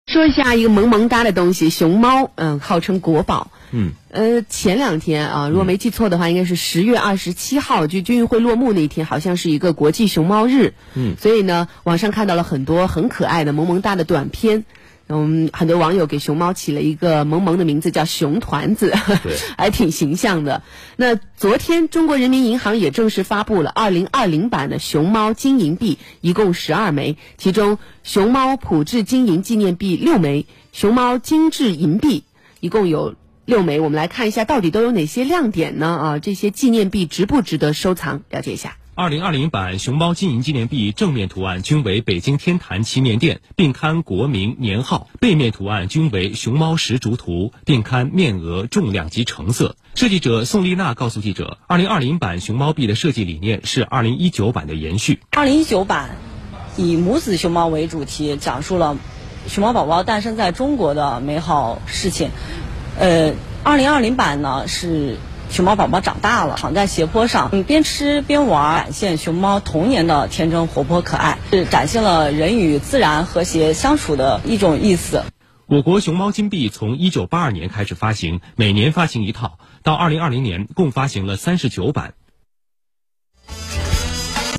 说一下一个萌萌哒的东西，熊猫，号称国宝。前两天啊，如果没记错的话，应该是10月27号，就军运会落幕那一天，好像是一个国际熊猫日。所以呢，网上看到了很多很可爱的萌萌哒的短片。很多网友给熊猫起了一个萌萌的名字，叫熊团子，还挺形象的。那昨天中国人民银行也正式发布了2020版的熊猫金银币，一共12枚，其中熊猫普制金银纪念币6枚，熊猫精致银币一共有6枚。我们来看一下到底都有哪些亮点呢？这些纪念币值不值得收藏？了解一下。 2020版熊猫金银纪念币正面图案均为北京天坛祈年殿，并刊国名年号；背面图案均为熊猫石竹图，并刊面额、重量及成色。设计者宋丽娜告诉记者，2020版熊猫币的设计理念是2019版的延续。 2019版以母子熊猫为主题，讲述了熊猫宝宝诞生在中国的美好事情。2020版呢是熊猫宝宝长大了，躺在斜坡上，边吃边玩，展现熊猫童年的天真活泼可爱，是展现了人与自然和谐相处的一种意思。 我国熊猫金币从1982年开始发行，每年发行一套，到2020年共发行了39版。